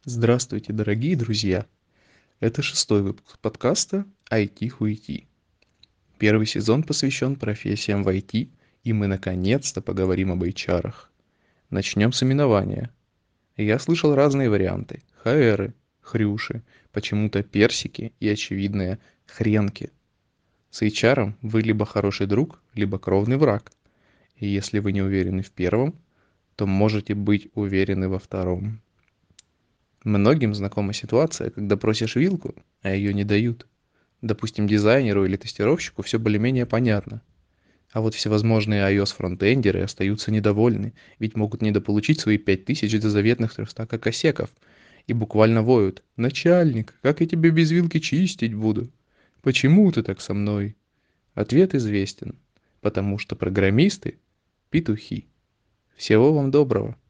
Здравствуйте, дорогие друзья! Это шестой выпуск подкаста IT-хуити. Первый сезон посвящен профессиям в IT, и мы наконец-то поговорим об HR-ах. Начнем с именования. Я слышал разные варианты. ХРы, хрюши, почему-то персики и очевидные хренки. С HR вы либо хороший друг, либо кровный враг. И если вы не уверены в первом, то можете быть уверены во втором. Многим знакома ситуация, когда просишь вилку, а ее не дают. Допустим, дизайнеру или тестировщику все более-менее понятно. А вот всевозможные iOS-фронтендеры остаются недовольны, ведь могут недополучить свои 5000 до заветных 300 косяков. И буквально воют: «Начальник, как я тебе без вилки чистить буду? Почему ты так со мной?» Ответ известен. Потому что программисты– петухи. Всего вам доброго.